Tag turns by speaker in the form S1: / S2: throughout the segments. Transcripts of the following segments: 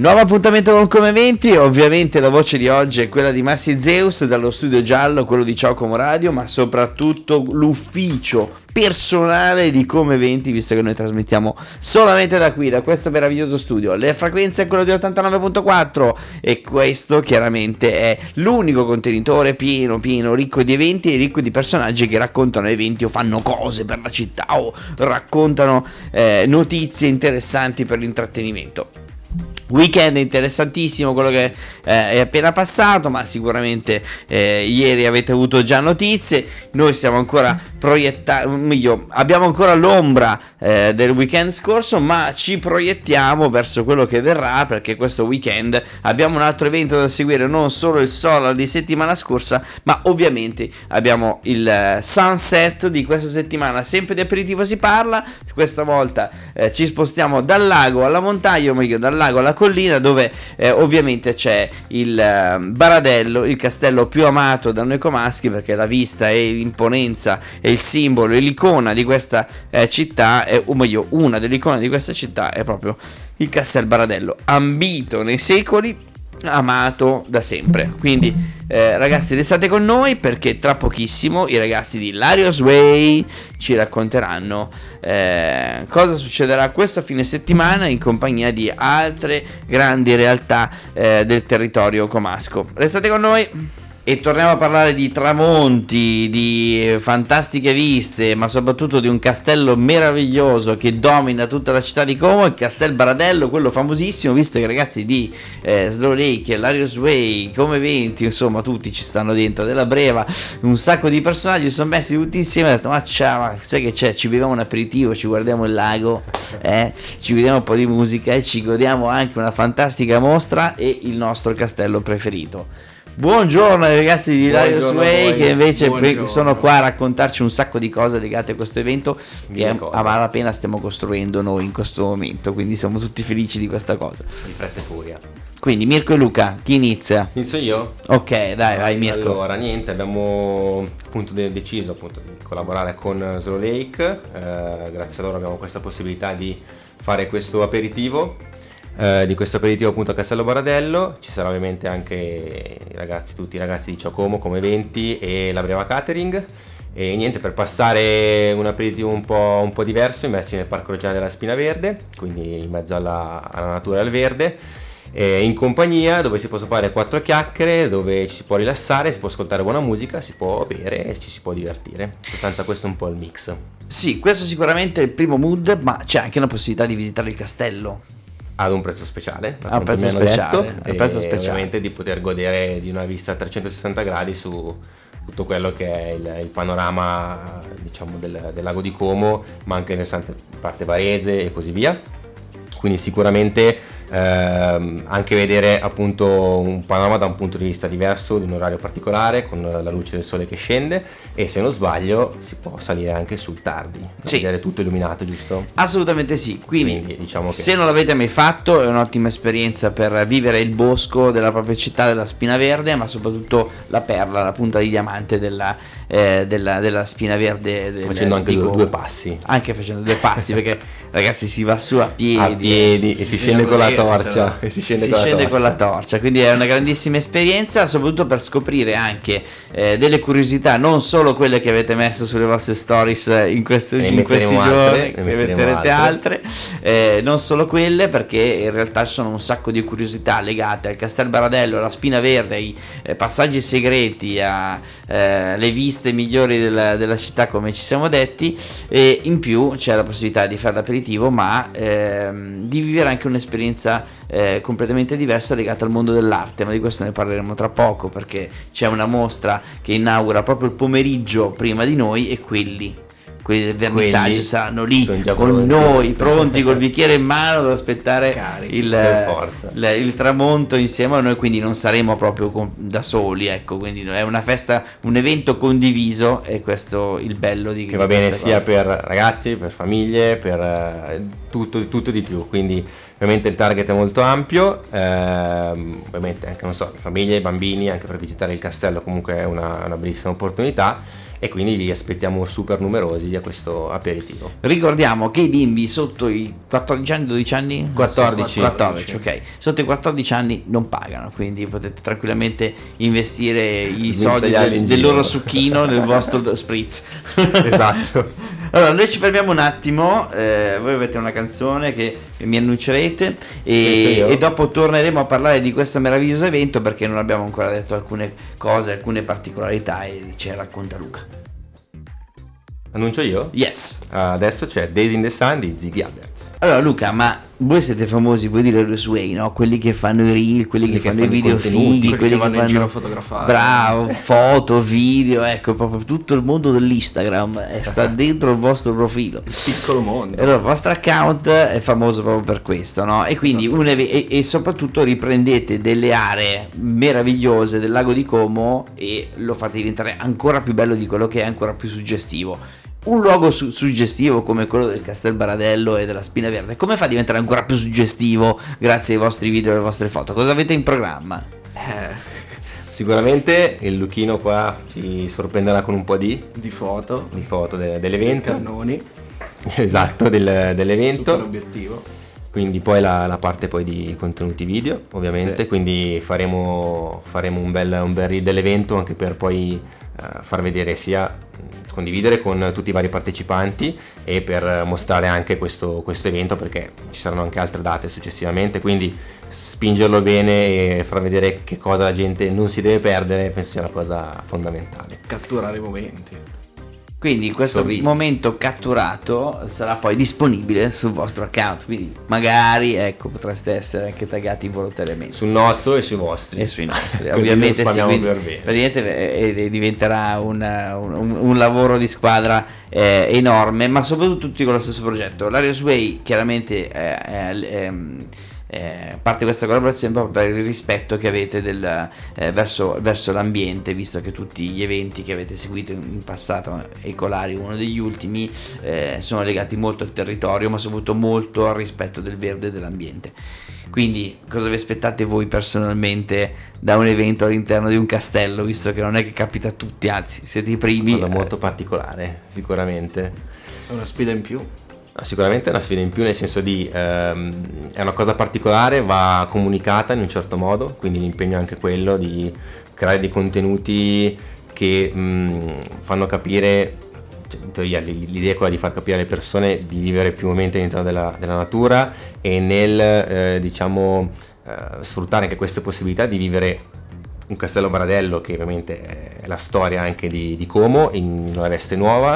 S1: Nuovo appuntamento con Come Eventi, ovviamente la voce di oggi è quella di Massi Zeus dallo studio giallo, quello di Ciao Como Radio, ma soprattutto l'ufficio personale di Come Eventi, visto che noi trasmettiamo solamente da qui, da questo meraviglioso studio. Le frequenze è quello di 89.4 e questo chiaramente è l'unico contenitore pieno, ricco di eventi e ricco di personaggi che raccontano eventi o fanno cose per la città o raccontano notizie interessanti per l'intrattenimento. Weekend interessantissimo quello che è appena passato, ma sicuramente ieri avete avuto già notizie. Noi stiamo ancora proiettando, abbiamo ancora l'ombra del weekend scorso, ma ci proiettiamo verso quello che verrà, perché questo weekend abbiamo un altro evento da seguire, non solo il Solar di settimana scorsa, ma ovviamente abbiamo il Sunset di questa settimana. Sempre di aperitivo si parla, questa volta ci spostiamo dal lago alla montagna, o meglio dal lago alla collina, dove ovviamente c'è il Baradello, il castello più amato da noi comaschi, perché la vista e l'imponenza e il simbolo e l'icona di questa città, o meglio una delle icone di questa città è proprio il Castel Baradello, ambito nei secoli, amato da sempre. Quindi ragazzi, restate con noi, perché tra pochissimo i ragazzi di Larios Way ci racconteranno cosa succederà questo fine settimana in compagnia di altre grandi realtà del territorio comasco. Restate con noi e torniamo a parlare di tramonti, di fantastiche viste, ma soprattutto di un castello meraviglioso che domina tutta la città di Como, il Castel Baradello, quello famosissimo, visto che i ragazzi di Slow Lake, Larios Way, Come Eventi, insomma tutti ci stanno dentro, della Breva, un sacco di personaggi sono messi tutti insieme e ho detto ma sai che c'è, ci beviamo un aperitivo, ci guardiamo il lago, ci vediamo un po' di musica e ci godiamo anche una fantastica mostra e il nostro castello preferito. Buongiorno ai ragazzi di Larios Way, che invece sono qua a raccontarci un sacco di cose legate a questo evento che a malapena stiamo costruendo noi in questo momento, quindi siamo tutti felici di questa cosa.
S2: Di fretta e furia.
S1: Quindi Mirko e Luca, chi inizia?
S2: Inizio io?
S1: Ok, dai, vai Mirko.
S2: Allora, niente, abbiamo appunto deciso appunto di collaborare con Slow Lake, grazie a loro abbiamo questa possibilità di fare questo aperitivo. Di questo aperitivo appunto a Castello Baradello ci sarà ovviamente anche tutti i ragazzi di Ciao Como Eventi e la Breva Catering, e niente, per passare un aperitivo un po' diverso, immersi nel Parco Regionale della Spina Verde, quindi in mezzo alla natura e al verde, in compagnia, dove si possono fare 4 chiacchiere, dove ci si può rilassare, si può ascoltare buona musica, si può bere e ci si può divertire. In sostanza questo è un po' il mix.
S1: Sì, questo sicuramente è il primo mood, ma c'è anche una possibilità di visitare il castello
S2: ad un prezzo speciale,
S1: un prezzo speciale,
S2: ovviamente di poter godere di una vista a 360 gradi su tutto quello che è il panorama, diciamo, del lago di Como, ma anche nel parte Varese e così via. Quindi sicuramente anche vedere appunto un panorama da un punto di vista diverso, di un orario particolare, con la luce del sole che scende, e se non sbaglio si può salire anche sul tardi, vedere tutto illuminato, giusto?
S1: Assolutamente sì, quindi
S2: diciamo che
S1: se non l'avete mai fatto è un'ottima esperienza per vivere il bosco della propria città, della Spina Verde, ma soprattutto la perla, la punta di diamante della Spina Verde,
S2: facendo anche due passi,
S1: perché ragazzi si va su a piedi
S2: e si scende con la torcia
S1: con la torcia, quindi è una grandissima esperienza, soprattutto per scoprire anche delle curiosità, non solo quelle che avete messo sulle vostre stories in questi giorni, ne metterete altre, non solo quelle, perché in realtà ci sono un sacco di curiosità legate al Castel Baradello, alla Spina Verde, ai passaggi segreti, alle viste migliori della città, come ci siamo detti, e in più c'è la possibilità di fare l'aperitivo, ma di vivere anche un'esperienza completamente diversa legata al mondo dell'arte, ma di questo ne parleremo tra poco, perché c'è una mostra che inaugura proprio il pomeriggio prima di noi, e quelli del vernissage saranno lì con noi, pronti col bicchiere in mano ad aspettare il tramonto insieme a noi, quindi non saremo proprio da soli, ecco, quindi è una festa, un evento condiviso, e questo il bello di
S2: che va bene sia per ragazzi, per famiglie, per tutto di più, quindi ovviamente il target è molto ampio, ovviamente anche famiglie, bambini, anche per visitare il castello comunque è una bellissima opportunità. e quindi vi aspettiamo super numerosi a questo aperitivo.
S1: Ricordiamo che i bimbi sotto i 14 anni, 12 anni?
S2: 14.
S1: 14, ok. Sotto i 14 anni non pagano, quindi potete tranquillamente investire i soldi del loro succhino nel vostro spritz.
S2: Esatto.
S1: Allora, noi ci fermiamo un attimo, voi avete una canzone che mi annuncerete e dopo torneremo a parlare di questo meraviglioso evento, perché non abbiamo ancora detto alcune cose, alcune particolarità, e ce le racconta Luca.
S2: Annuncio io?
S1: Yes.
S2: Adesso c'è Days in the Sun di Ziggy Alberts.
S1: Allora Luca, ma voi siete famosi, voi di Larry Sway, no? Quelli che fanno i reel, quelli che fanno i video fighi, quelli che vanno
S3: in giro a fotografare.
S1: Bravo, foto, video, ecco, proprio tutto il mondo dell'Instagram sta dentro il vostro profilo.
S3: Il piccolo mondo.
S1: Allora, il vostro account è famoso proprio per questo, no? E quindi e soprattutto riprendete delle aree meravigliose del lago di Como e lo fate diventare ancora più bello di quello che è, ancora più suggestivo. Un luogo suggestivo come quello del Castel Baradello e della Spina Verde, come fa a diventare ancora più suggestivo grazie ai vostri video e alle vostre foto? Cosa avete in programma?
S2: Sicuramente il Luchino qua ci sorprenderà con un po' di
S3: foto
S2: dell'evento.
S3: Cannoni.
S2: Esatto, dell'evento.
S3: Super obiettivo.
S2: Quindi poi la parte poi di contenuti video, ovviamente, sì. Quindi faremo un bel reel dell'evento, anche per poi far vedere, sia condividere con tutti i vari partecipanti e per mostrare anche questo evento, perché ci saranno anche altre date successivamente, quindi spingerlo bene e far vedere che cosa la gente non si deve perdere penso sia una cosa fondamentale.
S3: Catturare i momenti.
S1: Quindi questo momento catturato sarà poi disponibile sul vostro account, quindi magari potreste essere anche taggati volontariamente
S2: sul nostro e sui vostri
S1: e sui nostri. Ovviamente praticamente diventerà un lavoro di squadra enorme, ma soprattutto tutti con lo stesso progetto. Larry Sway chiaramente parte questa collaborazione proprio per il rispetto che avete verso l'ambiente, visto che tutti gli eventi che avete seguito in passato, Ecolari uno degli ultimi, sono legati molto al territorio, ma soprattutto molto al rispetto del verde e dell'ambiente. Quindi cosa vi aspettate voi personalmente da un evento all'interno di un castello, visto che non è che capita a tutti, anzi siete i primi?
S2: Una cosa molto particolare, sicuramente.
S3: È una sfida in più.
S2: Sicuramente è una sfida in più, nel senso è una cosa particolare, va comunicata in un certo modo, quindi l'impegno è anche quello di creare dei contenuti che fanno capire, in teoria l'idea è quella di far capire alle persone di vivere più momenti all'interno della natura e nel sfruttare anche queste possibilità di vivere un Castello Baradello, che ovviamente è la storia anche di Como in una veste nuova,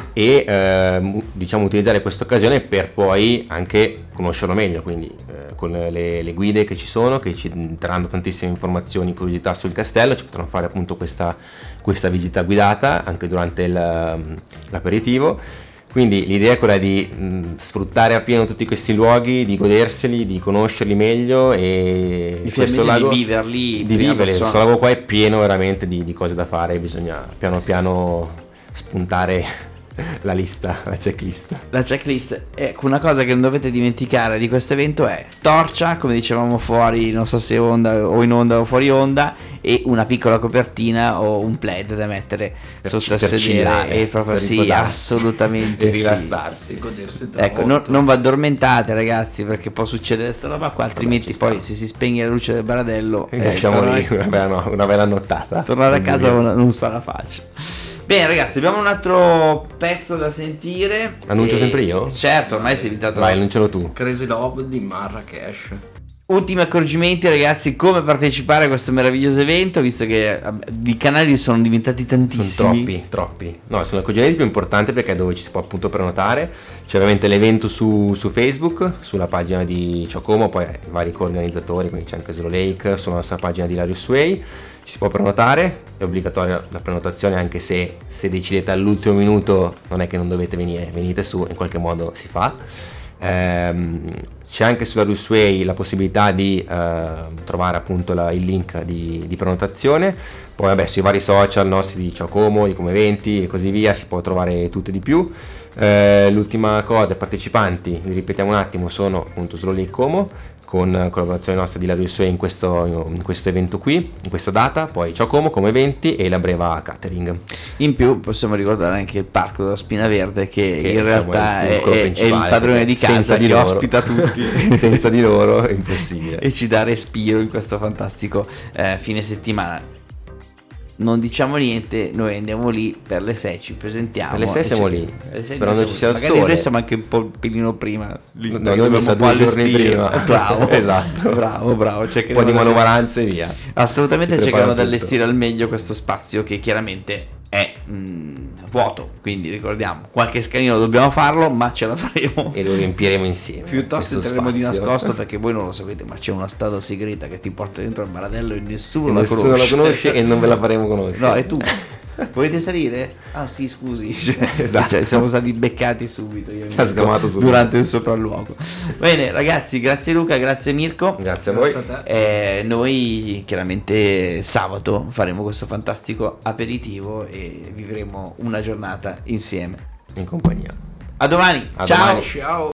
S2: e utilizzare questa occasione per poi anche conoscerlo meglio, quindi con le guide che ci sono, che ci daranno tantissime informazioni, curiosità sul castello, ci potranno fare appunto questa visita guidata anche durante l'aperitivo. Quindi l'idea è quella di sfruttare appieno tutti questi luoghi, di goderseli, di conoscerli meglio e
S1: questo lago, di viverli.
S2: Questo lago qua è pieno veramente di cose da fare, bisogna piano piano spuntare la lista, la checklist.
S1: La checklist, ecco, una cosa che non dovete dimenticare di questo evento è torcia, come dicevamo fuori, non so se onda o in onda o fuori onda, e una piccola copertina o un plaid da mettere sotto a sedere e proprio sì, assolutamente
S2: e rilassarsi,
S3: sì. Godersi
S1: ecco, non vi addormentate ragazzi, perché può succedere questa roba qua, altrimenti poi se si spegne la luce del Baradello
S2: lasciamo lì una bella nottata,
S1: tornare a casa non sarà facile. Bene ragazzi, abbiamo un altro pezzo da sentire.
S2: Annuncio sempre io?
S1: Certo, ormai sei invitato.
S2: Vai, annuncialo tu.
S3: Crazy Love di Marrakesh.
S1: Ultimi accorgimenti ragazzi, come partecipare a questo meraviglioso evento, visto che di canali sono diventati tantissimi.
S2: Sono troppi. No, sono accorgimenti più importanti perché è dove ci si può appunto prenotare. C'è ovviamente l'evento su Facebook, sulla pagina di Ciao Como, poi i vari co-organizzatori, quindi c'è anche Zero Lake, sulla nostra pagina di Larry Sway. Ci si può prenotare, è obbligatoria la prenotazione, anche se decidete all'ultimo minuto non è che non dovete venite su, in qualche modo si fa. C'è anche sulla Rusway la possibilità di trovare appunto il link di prenotazione. Poi sui vari social nostri di Ciao Como, di Come Eventi e così via si può trovare tutto e di più. L'ultima cosa, i partecipanti, li ripetiamo un attimo, sono appunto Slow Lake Como, con collaborazione nostra di Lario Sue in questo evento qui, in questa data, poi Ciao Como come eventi e la Breva Catering.
S1: In più possiamo ricordare anche il Parco della Spina Verde che in realtà
S2: il fulcro
S1: è il
S2: principale,
S1: padrone di
S2: senza
S1: casa
S2: di
S1: che
S2: loro.
S1: ospita tutti.
S2: Senza di loro è impossibile.
S1: E ci dà respiro in questo fantastico fine settimana. Non diciamo niente, noi andiamo lì per le 6, ci presentiamo.
S2: Per le 6 siamo lì, sperando ci sia il
S1: magari
S2: sole.
S1: noi siamo anche un po' un pelino prima.
S2: No, noi mi sa 2 giorni prima.
S1: Bravo,
S2: Esatto.
S1: bravo.
S2: Un po' di manovalanze e via.
S1: Assolutamente
S2: Si
S1: cercano
S2: prepara
S1: di
S2: tutto.
S1: allestire al meglio questo spazio che chiaramente è vuoto, quindi ricordiamo, qualche scalino dobbiamo farlo, ma ce la faremo.
S2: E lo riempiremo insieme.
S1: Piuttosto
S2: questo
S1: entreremo di
S2: spazio.
S1: nascosto, perché voi non lo sapete, ma c'è una strada segreta che ti porta dentro al baradello e nessuno,
S2: Nessuno la conosce e non ve la faremo conoscere.
S1: No, e tu? Volete salire? Ah sì, scusi.
S2: Esatto.
S1: Cioè, siamo stati beccati subito. Io e
S2: Ci ha
S1: Mirko,
S2: sgamato subito.
S1: durante il sopralluogo. Bene, ragazzi, grazie Luca, grazie Mirko.
S2: Grazie a voi.
S3: Grazie a te.
S1: Noi chiaramente sabato faremo questo fantastico aperitivo e vivremo una giornata insieme.
S2: In compagnia.
S1: A domani.
S2: A
S1: Ciao.
S2: domani.
S3: Ciao.